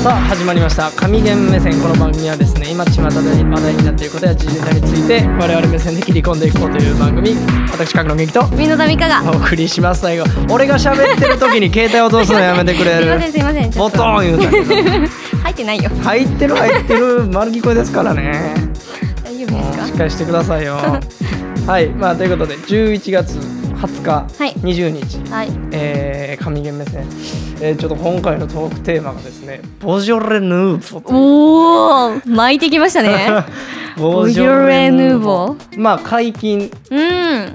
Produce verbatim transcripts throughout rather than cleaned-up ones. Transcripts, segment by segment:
さあ始まりました神言目線。この番組はですね、今巷で話題になっていることや時事ネタについて我々目線で切り込んでいこうという番組。私角野美希とみのだみかがお送りします。最後俺が喋ってる時に携帯を通すのやめてくれるすいませんすいませんボトン言うたけど入ってないよ。 入ってる入ってる丸聞こえですからね。 大丈夫ですか。 しっかりしてくださいよはい、まあということでじゅういちがつはつか、 はい、 にじゅうにち、 はい、 えー、神言目線、えー、ちょっと今回のトークテーマがですね、ボジョレ・ヌーボー。 おー、巻いてきましたねボジョレ・ヌーボー、 まあ解禁、 うん、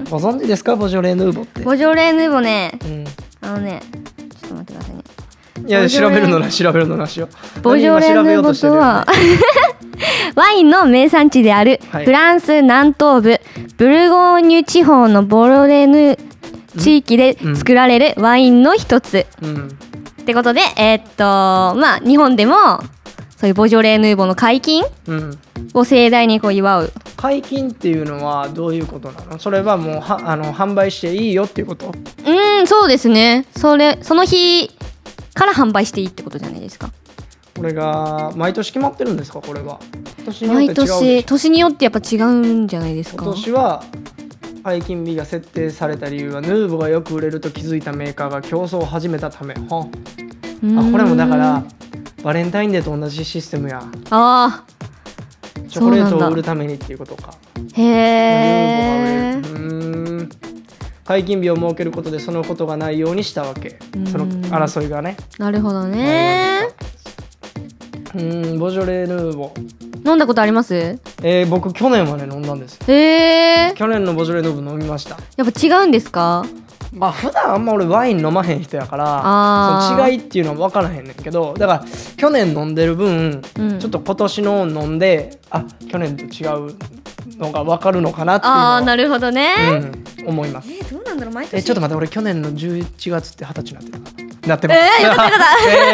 ご存知ですかボジョレ・ヌーボーって。 ボジョレ・ヌーボーね、うん、あのね、ちょっと待ってくださいね。 いや調べるのな調べるのなしよ。 ボジョレ・ヌーボーとはワインの名産地であるフランス南東部ブルゴーニュ地方のボロレヌ地域で作られるワインの一つ、うん、ってことで、えー、っとまあ日本でもそういうボジョレ・ヌーボーの解禁を盛大にこう祝う。 解禁っていうのはどういうことなの？それはもうはあの販売していいよっていうこと？ うん、そうですね。それその日から販売していいってことじゃないですか。 これが毎年決まってるんですか？これは年によって違うでしょ？ 毎年年によってやっぱ違うんじゃないですか。 今年は解禁日が設定された理由はヌーボーがよく売れると気づいたメーカーが競争を始めたため。はあ、これもだからバレンタインデーと同じシステムや。 あーチョコレートを売るためにっていうことか。 へえ。 ヌーボーが売れる。うーん、解禁日を設けることでそのことがないようにしたわけ。その争いがね。 なるほどね。 うーん、ボジョレ・ヌーボー飲んだことあります？ えー、僕去年はね飲んだんです。 へー。 去年のボジョレ・ヌーボー飲みました。 やっぱ違うんですか？ まあ普段あんま俺ワイン飲まへん人やからその違いっていうのは分からへんねんけど、だから去年飲んでる分、うん、ちょっと今年の飲んであ去年と違うのが分かるのかなっていうのは。 あー、なるほどね、 うん、思います。 えー、どうなんだろう毎年。 えちょっと待って、俺去年のじゅういちがつってはたちになってるなってます。 えー、よかったよかった、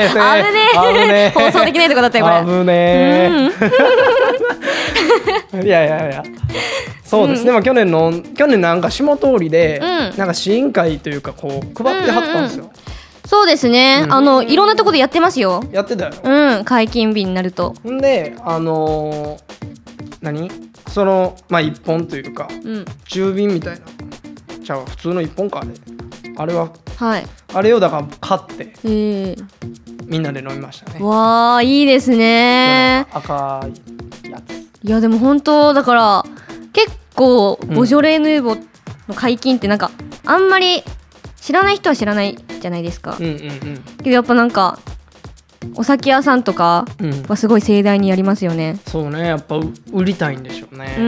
えー、危ねえ危ねえ放送できないとこだったよこれ。 危ねえいやいやいやそうです、うん、でも去年の去年なんか下通りで、うん、なんか試飲会というかこう配ってはったんですよ、うんうんうん、 そうですね、うん、あのいろんなとこでやってますよ。 やってたよ。 うん、解禁日になると。 んであのー、何そのまあいっぽんというか、うん、中瓶みたいなじゃあ普通のいっぽんかあれあれは、はい、あれをだから買って、えー、みんなで飲みましたね。 わーいいですね。 赤いやつ。 いやでも本当だから結構ボジョレ・ヌーボーの解禁ってなんか、うん、あんまり知らない人は知らないじゃないですか、うんうんうん、けどやっぱなんかお酒屋さんとかはすごい盛大にやりますよね、 うん、そうね、やっぱ売りたいんでしょうね。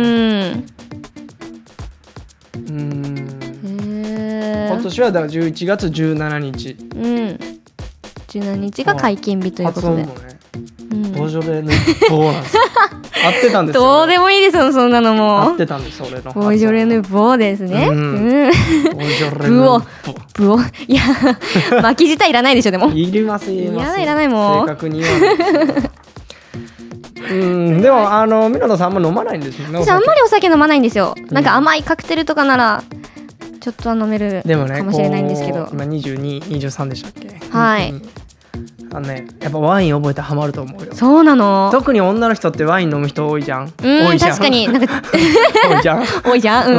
うんうん今年はだからじゅういちがつじゅうしちにち、うん、 じゅうしちにちが解禁日ということで、 発音もね、うん、ボジョレ・ヌーボーなんですよ合ってたんですよ。 どうでもいいですよそんなのも。 合ってたんです俺のボジョレ・ヌーボーですね、うんうん、 ボジョレ・ヌーボーブオいや巻き舌いらないでしょ。でもいりますいります。 いらないいらないもう正確に言わないうんでもあのミノタさんあんま飲まないんですよね。 私あんまりお酒飲まないんですよ、うん、なんか甘いカクテルとかならちょっとは飲めるかもしれないんですけど、 今にじゅうに、にじゅうさんでしたっけ。 はいあのね、やっぱワイン覚えたらハマると思うよ。 そうなの。 特に女の人ってワイン飲む人多いじゃん。 うん多いじゃん。 確かになんか多いじゃん多いじゃん、うん、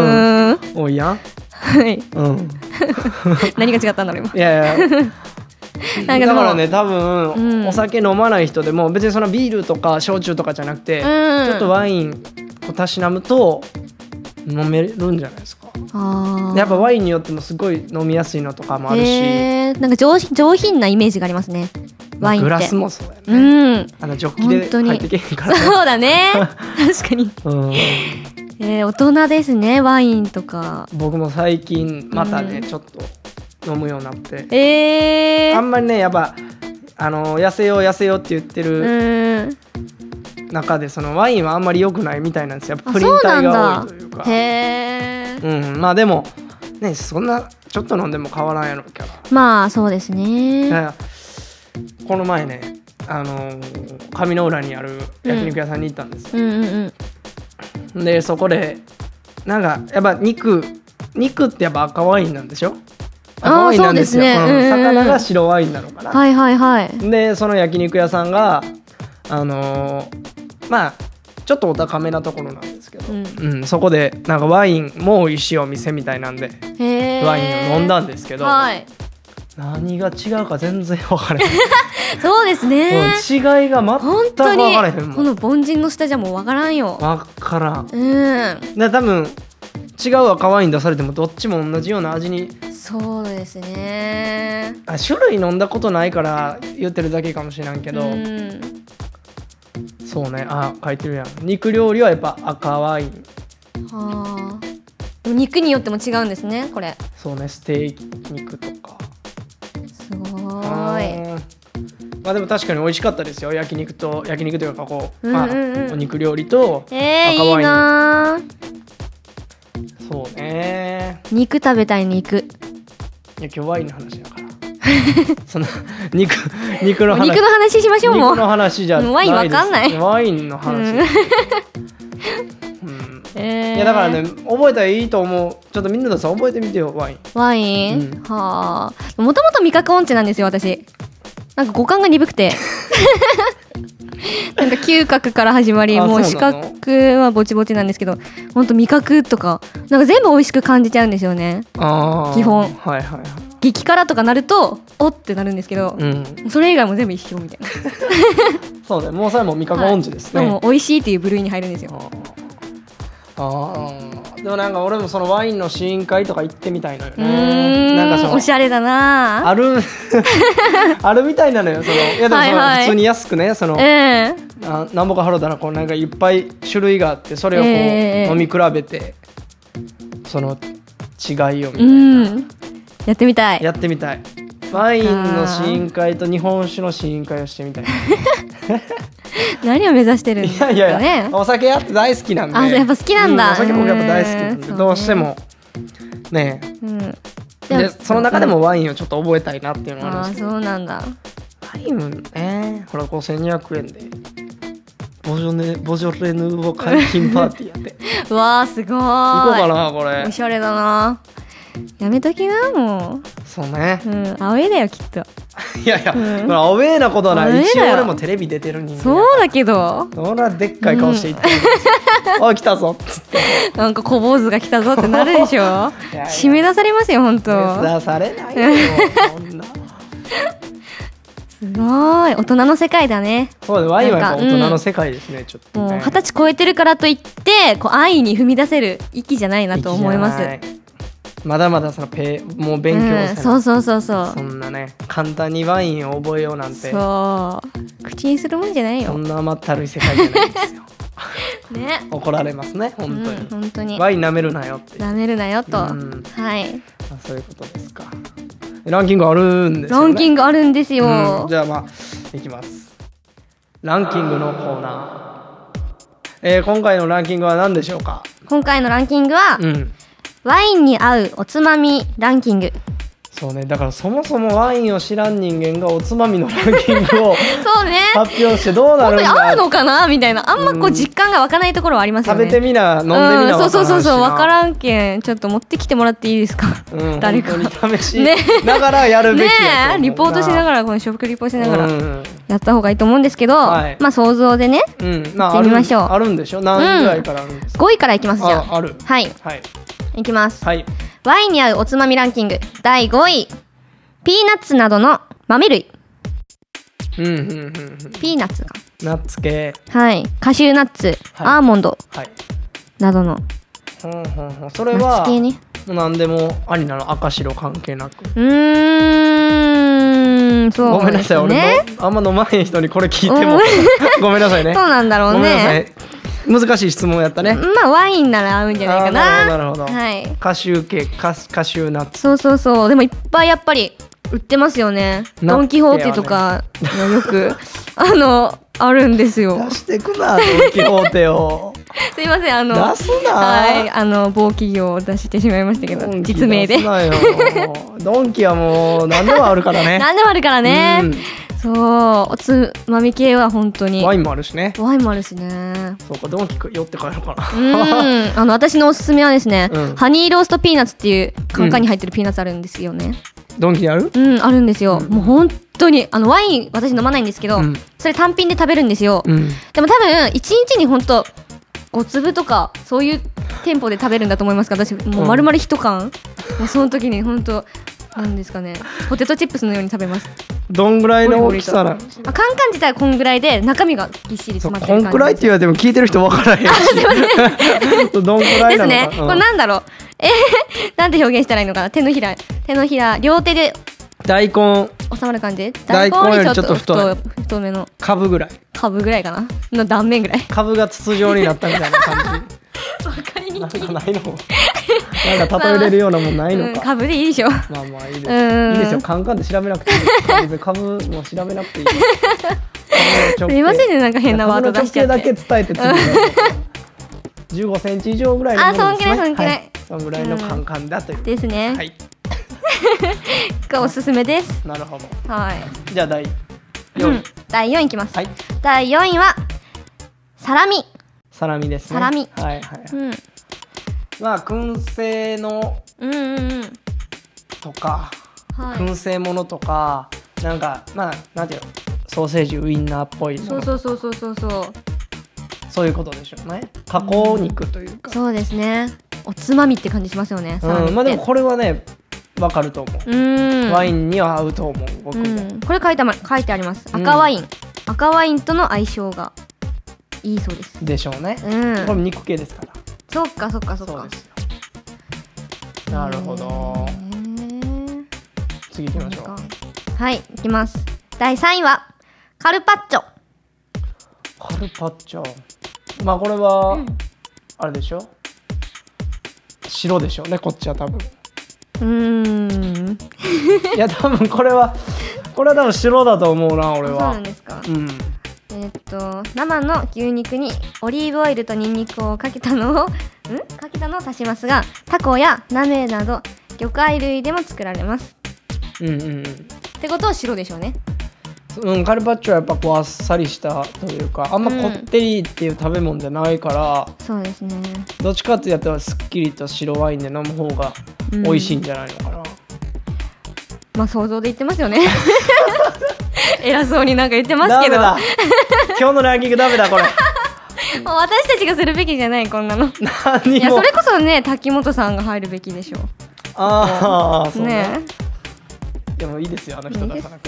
多いやん。 はい、 うん、 何が違ったんだろう今。 いやいやなんかだからね多分、うん、お酒飲まない人でも別にそのビールとか焼酎とかじゃなくて、うん、ちょっとワインをたしなむと飲めるんじゃないですか。あやっぱワインによってもすごい飲みやすいのとかもあるし、 なんか 上, 上品なイメージがありますねワインって。 グラスもそうやね、 うん、 あのジョッキで入ってけへんから、ね、 そうだね確かに、うんえー、大人ですねワインとか。僕も最近またね、うん、ちょっと飲むようになって、 えー、 あんまりねやっぱあの痩せよう痩せようって言ってる中でそのワインはあんまり良くないみたいなんですよ。やっぱプリン体が多いというか。へー、うん、まあでもねそんなちょっと飲んでも変わらんやろうから。 まあそうですね。 この前ねあのー、上の浦にある焼肉屋さんに行ったんですよ、うんうんうん、でそこでなんかやっぱ肉肉ってやっぱ赤ワインなんでしょ。 赤ワインなんですよ。 あーそうですねうんうんうん魚が白ワインなのかな。 はいはいはい。 でその焼肉屋さんがあのーまあちょっとお高めなところなんですけど、 うんうん、そこでなんかワインも美味しいお店みたいなんでへーワインを飲んだんですけど、 はい何が違うか全然分からへんそうですね。 違いが全く本分当にからへんもん。 この凡人の下じゃもうわからんよ。 分からん。 うんで多分違う赤ワイン出されてもどっちも同じような味に、 そうですね。 あ種類飲んだことないから言ってるだけかもしれんけど、 うんそうね、あ書いてるやん。肉料理はやっぱ赤ワイン。 はあ。でも肉によっても違うんですねこれ。 そうね、ステーキ肉とか。 すごあーい。 ーまあでも確かに美味しかったですよ。焼肉と焼肉というかこう、 うんうんうんまあ、お肉料理と赤ワイン。 えー、いいなー。 そうね。 肉食べたい肉。 いや今日ワインの話だからその肉肉の話肉の話しましょうもう。 肉の話じゃないです。 もうワインわかんないワインの話、 うんうんえーいやだからね覚えたらいいと思う。ちょっとみんなでさ覚えてみてよワイン。 ワイン、 うんはあ。もともと味覚音痴なんですよ私。なんか五感が鈍くてなんか嗅覚から始まりあもう視そうなの覚はぼちぼちなんですけど、ほんと味覚とかなんか全部美味しく感じちゃうんですよね。 あー基本はいはいはい。 激辛とかなるとおってなるんですけど、 うんそれ以外も全部一緒みたいな。 そうね、もうそれも味覚音痴ですね、 はい、もう美味しいっていう部類に入るんですよ。 あーでもなんか俺もそのワインの試飲会とか行ってみたいのようね。 ーんなんかそのおしゃれだなあるあるみたいなのよ。そのいやでもそのはいはい普通に安くねその、 ええあなんぼか払うたらこうなんかいっぱい種類があってそれをこう、 えー飲み比べてその違いをみたういな、 んやってみたい。 やってみたい。ワインの試飲会と日本酒の試飲会をしてみたい。 何を目指してるんですかね。 いやいやいやお酒やって大好きなんで。 あやっぱ好きなんだうお酒僕やっぱ大好きなんで、 うんどうしてもねうん、 でその中でもワインをちょっと覚えたいなっていうのがあるんああですけど、 そうなんだ。 ワインねほらごせんにひゃくえんでボジョネボジョレ・ヌーボー解禁パーティーやってうわーすごーい。 行こうかなこれおしゃれだな。やめときなもそうねう。うんアウェーだよきっと。 いやいや、 うんこれアウェーなことはない。 アウェーだよ一応俺もテレビ出てる人間そうだけどそらでっかい顔していってるんですよ、おい来たぞっつってなんか小坊主が来たぞってなるでしょ。 いやいや締め出されますよ本当。 出されないよそんなすごい大人の世界だね。 そうねワインはやっぱ大人なんかの世界ですね、ちょっとねもう二十歳超えてるからといってこう愛に踏み出せる域じゃないなと思います。 いいじゃないまだまだそのペもう勉強せな、 うん、そうそうそうそうそんなね簡単にワインを覚えようなんてそう口にするもんじゃないよそんな甘ったるい世界じゃないんですよね。 怒られますね本当に、 うん、本当にワイン舐めるなよっていう舐めるなよと、 うんはいあそういうことですか。ランキングあるんですよね。 ランキングあるんですよ、 うんじゃあまあいきます。ランキングのコーナー、えー、今回のランキングは何でしょうか。 今回のランキングは、 うんワインに合うおつまみランキング。 そうね、だからそもそもワインを知らん人間がおつまみのランキングをそうね発表してどうな本当にるんだ。 合うのかなみたいなあんまこう実感が湧かないところはありますよね。 食べてみな飲んでみなうん、 わからんしな。 そうそうそうそう分からんけんちょっと持ってきてもらっていいですか、 うん、 誰か本当に試しねながらやるべきねやと思うな。 えリポートしながらこの食リポしながらうんやった方がいいと思うんですけど、 はいまあ想像でねうん、まあやってみましょうあるあるんでしょ。何ぐらいからあるんですか。 ごいからいきますじゃあああるはいはいいきます、 はい。 ワインに合うおつまみランキングだいごいピーナッツなどの豆類。 うんうんうんうん。 ピーナッツかナッツ系。 はいカシューナッツ、 はいアーモンドはい。 などのほんほんほんそれナッはツ系ね。 もう何でもありなの。赤白関係なく。 うーんそうごめんなさい、 ですね俺のあんま飲まへん人にこれ聞いてもうんごめんなさいね。 そうなんだろうごめんなさね。 い。難しい質問やったね。 まあワインなら合うんじゃないかな。 あーなるほどなるほどはい。 カシュー系カスカシューナッツ。 そうそうそう。でもいっぱいやっぱり売ってますよね。 なドンキホーテとかのよくあのあるんですよ。 出してくなドンキホーテを。 すいませんあの出すな。 はいあの某企業を出してしまいましたけどドンキ実名で出すなよドンキはもう何でもあるからね。 何でもあるからねうん。 そうおつまみ系は本当にワインもあるしね。 ワインもあるしね。 そうか、ドンキ寄って帰ろうかな。 うんあの私のおすすめはですね、 うん、 ハニーローストピーナッツっていうカンカンに入ってるピーナッツあるんですよね、うん、 ドンキにある？ うんあるんですよ、 うん、 もう本当にあのワイン私飲まないんですけど、うん、それ単品で食べるんですよ、うん、でも多分いちにちに本当ご粒とかそういう店舗で食べるんだと思いますから、私もう丸々一缶、うん、もうその時に本当なんですかね、ポテトチップスのように食べます。 どんぐらいの大きさなの？ あ、カンカン自体はこんぐらいで中身がぎっしり詰まってる感じ。 こんぐらいって言われても聞いてる人分からへんしどんぐらいなのかですね、うん、これなんだろうえー、なんて表現したらいいのかな。手のひら手のひら両手で大根収まる感じ。 大根よりちょっと太い太めの株ぐらい株ぐらいかなの断面ぐらい株が筒状になったみたいな感じわかりにくい。 なんかないのなんか例えれるようなもんないのか、 うん、株でいいでしょ。 まあまあいいです、いいですよ。カンカンで調べなくていいです。株も調べなくていいすみませんね、なんか変なワード出しちゃって。 株の直径だけ伝えて次じゅうごセンチ以上ぐらいのものですね。 あ、そんぐらいそんぐらい、はい、 そんぐらいのカンカンだという、うん、 ですね、 はいがおすすめです。 なるほど、 はい、 じゃあだいよんい、うん、 だいよんいきます、 はい、 だいよんいはサラミ。 サラミですね。 サラミ、 はいはい、うん、まあ燻製のとか、はい、燻製ものとかなんかまあなんていうの、ソーセージウインナーっぽいもの、 そうそうそうそうそうそういうことでしょうね。加工肉というか、 うん、そうですね。おつまみって感じしますよね。 うん、まあでもこれはねわかると思う。うん、ワインには合うと思う僕も、うん、 これ書いて、ま、書いてあります。赤ワイン、うん、赤ワインとの相性がいいそうです。 でしょうね、うん、これ肉系ですから。 そっかそっかそっか。そうですよ。なるほど。次行きましょう。 はい、行きます。だいさんいはカルパッチョ。 カルパッチョ、まあこれは、うん、あれでしょ、白でしょうね、こっちは多分。うーんいや多分これはこれは多分白だと思うな、俺は。 そうなんですか。うん、えー、っと生の牛肉にオリーブオイルとニンニクをかけたのをんかけたのを足しますが、タコやナメなど魚介類でも作られます。うんうんうん。ってことは白でしょうね。 うん、カルパッチョはやっぱこうあっさりしたというか、あんまこってりっていう食べ物じゃないから、 うん、そうですね。 どっちかってやったらすっきりと白ワインで飲む方が美味しいんじゃないのかな、うん、 まあ想像で言ってますよね偉そうになんか言ってますけど。 ダメだ今日のランキングダメだこれ私たちがするべきじゃない、こんなの。 何も。いやそれこそね、滝本さんが入るべきでしょ。 ああそうね。 ねでもいいですよ、あの人だから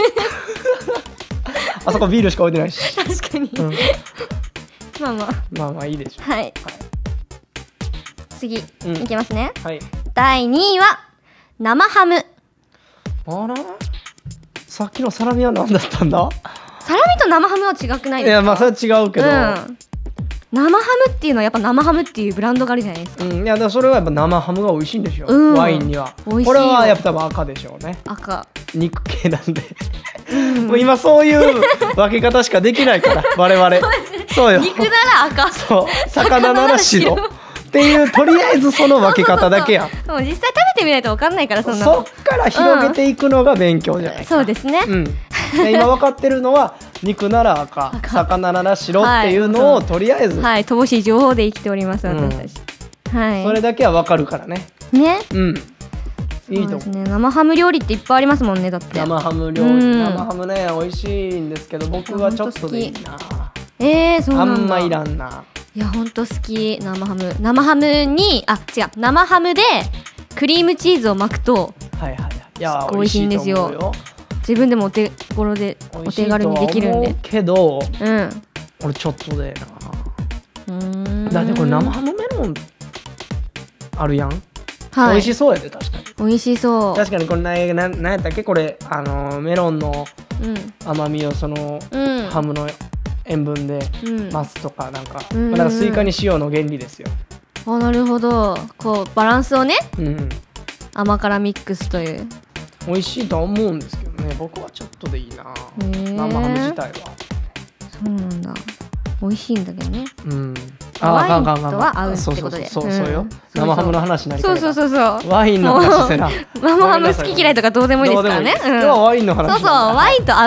あそこビールしか置いてないし。 確かに、うん、まあまあまあまあいいでしょう。 はい、はい、次、うん、いきますね、 はい、 だいにいは生ハム。 あら、さっきのサラミは何だったんだ。 サラミと生ハムは違くないですか。 いやまあそれは違うけど、うん、 生ハムっていうのはやっぱ生ハムっていうブランドがあるじゃないですか。 うん、いやだからそれはやっぱ生ハムが美味しいんでしょ、うん、ワインには。美味しいよ。これはやっぱ多分赤でしょうね。 赤、 肉系なんでもう今そういう分け方しかできないから我々。そうよ、 肉なら赤、 そう魚なら白っていう、とりあえずその分け方だけや。 そう実際食べてみないと分かんないから、そんなそっから広げていくのが勉強じゃないですか、 うん、そうですね、うん、 で今分かってるのは肉なら赤、魚なら白っていうのを、はい、とりあえず、 はい、乏しい情報で生きております私たち、うん、はい、 それだけは分かるからね。 ね、 うん、いいと思う。 ね、生ハム料理っていっぱいありますもんね。だって生ハム料理、うん、生ハムね美味しいんですけど僕はちょっとでいいな。 えー、そうなんだ。 あんまいらんな。 いやほんと好き、生ハム。生ハムにあ違う生ハムでクリームチーズを巻くと、はいはいはい、いや美味しいんですよ。自分でもお手頃でお手軽にできるんで。 けど、うん、俺ちょっとでな。うーん、だってこれ生ハムメロンあるやん、はい、美味しそうやで。確かに美味しそう。確かにこれ何な、なんやったっけこれ、あのメロンの甘みをその、うん、ハムの塩分で増すとか、なんか、うん、まあ、なんかスイカに塩の原理ですよ。 あ、なるほど。こうバランスをね、うん、甘辛ミックスという。 美味しいとは思うんですけどね、僕はちょっとでいいな、生ハム自体は。 そうなんだ、美味しいんだけどね。うん。 あ、 ワインとは合うってことで。 そうそうそうそうよ。生ハムの話になりそうそうそうそう。 ワインの話せな。 生ハム好き嫌いとかどうでもいいですからね。 今日はワインの話。 そうそう、ワインと合う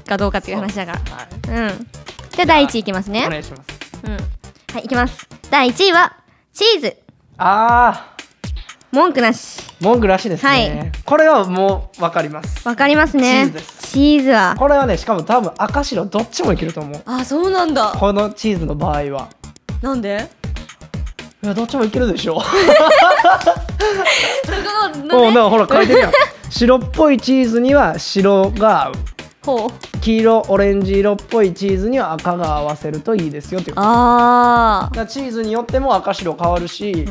かどうかっていう話だから、はい、うんじゃあだいいちいいきますね。 お願いします。 うんはいいきます。だいいちいはチーズ。 ああ文句なし。 文句なしですね、はい、これはもう分かります。 分かりますね。チーズです。チーズはこれはねしかも多分赤白どっちもいけると思う。 あそうなんだ。 このチーズの場合はなんで？ いやどっちもいけるでしょ。 そこのね、 だからほら書いてるやん。白っぽいチーズには白が合う。 ほう。 黄色オレンジ色っぽいチーズには赤が合わせるといいですよっていう。 ああ。 チーズによっても赤白変わるし、うん、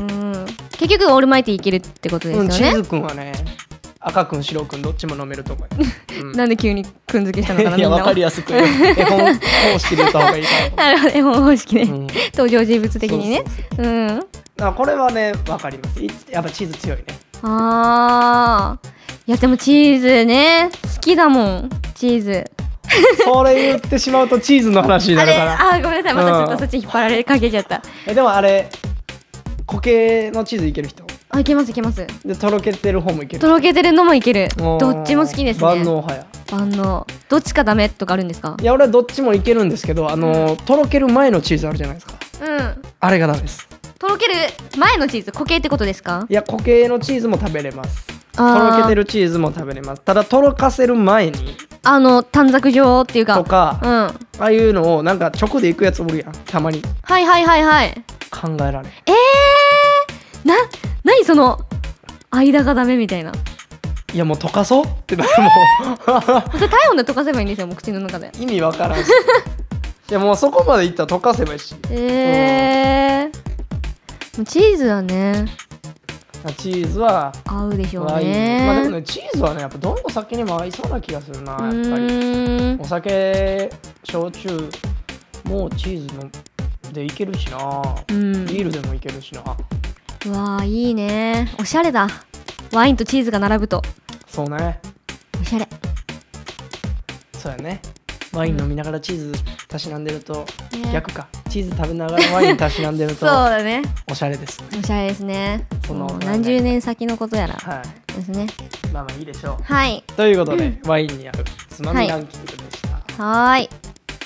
結局オールマイティいけるってことですよね。うん、 チーズくんはね赤くん白くんどっちも飲めると思う。 うん、なんで急にくん付けしたのかな。 いや分かりやすく絵本方式で言った方がいいかな。なるほど絵本方式で、うん、登場人物的にね。うん。 だからこれはね分かります。やっぱチーズ強いね。 ああ。いやでもチーズね好きだもんチーズ。 それ言ってしまうとチーズの話になるから。 ああごめんなさいまたちょっとそっち引っ張られかけちゃった。 えでもあれ固形のチーズいける人？ あいけますいけます。 でとろけてる方もいける。 とろけてるのもいける。どっちも好きですね。 万能派や。 万能。どっちかダメとかあるんですか？ いや俺はどっちもいけるんですけどあの、うん、とろける前のチーズあるじゃないですか。うんあれがダメです。 とろける前のチーズ固形ってことですか？ いや固形のチーズも食べれます。とろけてるチーズも食べれます。ただとろかせる前にあの短冊状っていうかとか、うん、ああいうのをなんか直でいくやつおるやんたまに。 はいはいはいはい考えられん。 えーな何その間がダメみたいな。 いやもう溶かそうってなるもん。 それ体温で溶かせばいいんですよもう口の中で。 意味わからんし。いやもうそこまでいったら溶かせばいいし。 えー、うん、チーズはねチーズは合うでしょうね。 まあでもねチーズはねやっぱどのお酒にも合いそうな気がするな。やっぱりお酒焼酎もチーズのでいけるしな、うん、ビールでもいけるしな。 うわーいいねおしゃれだ。ワインとチーズが並ぶとそうねおしゃれ。 そうやねワイン飲みながらチーズたしなんでると、ね、逆かチーズ食べながらワインたしなんでるとそうだねおしゃれですね。 おしゃれですね。その何十年先のことやら、はい、ですね。 まあまあいいでしょう。 はいということで、うん、ワインに合うつまみランキングでした。 はい。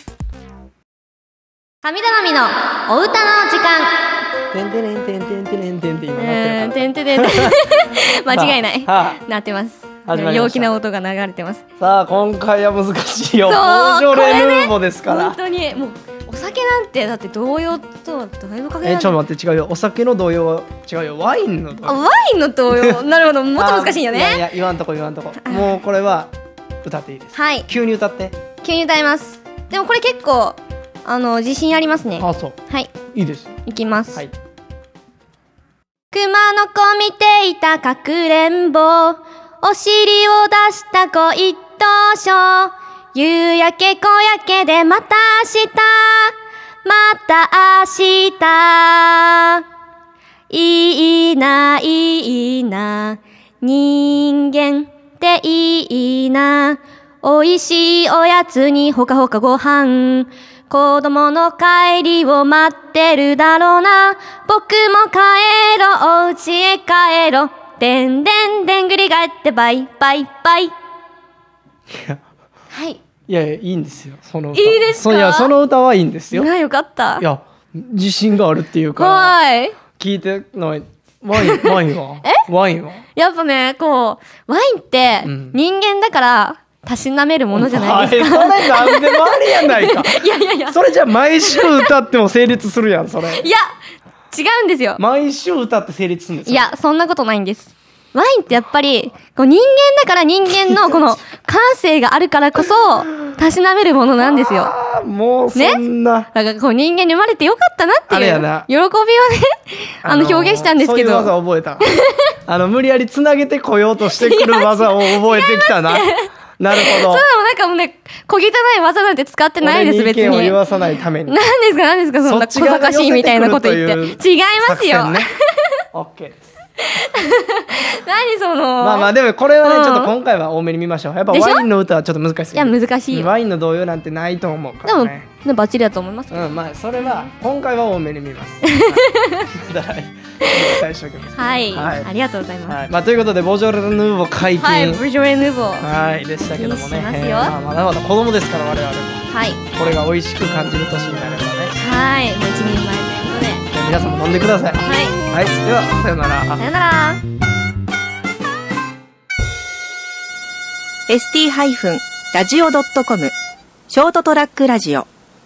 神頼みのお歌の時間。 てんてれんてんてんてれんてんって今なってるから。 てんてれん間違いない。なってます。陽気な音が流れてます。 さあ今回は難しいよ。ボージョレ・ヌーボーですから。 本当にもうお酒なんてだって童謡とだいぶかけられる。 えちょっと待って違うよ。お酒の童謡は違うよ。ワインの童謡。 あワインの童謡。なるほどもっと難しいよね。いやいや言わんとこ言わんとこ。もうこれは歌っていいです。 はい。 急に歌って。 急に歌います。でもこれ結構あの自信ありますね。 あそう。 はい。 いいです。 いきます。 はい。 熊の子見ていたかくれんぼ。お尻を出した子一等賞。夕焼け小焼けでまた明日。また明日。いいないいな。人間っていいな。おいしいおやつにほかほかご飯。子供の帰りを待ってるだろうな。僕も帰ろう、お家へ帰ろう。でんでんでんぐり返ってバイバイバイ。いや、 はい。 いやいやいいんですよその歌。 いいですか？ いやその歌はいいんですよ。 いやよかった。 いや自信があるっていうか。 はい。 聞いてないワインワインは？え？ワインは？ やっぱねこうワインって人間だから。うんたしなめるものじゃないですか。 それなんでもありやないか。いやいやいや。それじゃ毎週歌っても成立するやんそれ。 いや違うんですよ。 毎週歌って成立するんですよ。 いやそんなことないんです。ワインってやっぱりこう人間だから人間のこの感性があるからこそたしなめるものなんですよ。 あもうそんな。 ね、だからこう人間に生まれてよかったなっていう喜びをねあの表現したんですけど。 そういう技覚えた。あの無理やりつなげてこようとしてくる技を覚えてきたな。なるほど。そうでもなんかもうね、小汚い技なんて使ってないです別に。 俺に意見を言わさないために。 何ですか何ですかそんな小賢しいみたいなこと言って。違いますよ。 オッケーです。 何そのまあまあでもこれはね、うん、ちょっと今回は多めに見ましょう。やっぱワインの歌はちょっと難しい。 いや難しいよ。 ワインの童謡なんてないと思うからね。 でもバッチリだと思います。 うん、まあそれは今回は多めに見ます。だから期待しておきます。 はい、はい、ありがとうございます。 はい、まあということでボジョレ・ヌーボー解禁。 はい、ボジョレ・ヌーボー。 はいでしたけどもね。 ますよ。 まあまだまだ子供ですから我々も。 はい。 これが美味しく感じる年になればね。 はい、もう一人前ということで。 皆さんも飲んでください。 はい。 はい、ではさよなら。 さよなら。 エスティー ラジオ ドットコム ショートトラックラジオ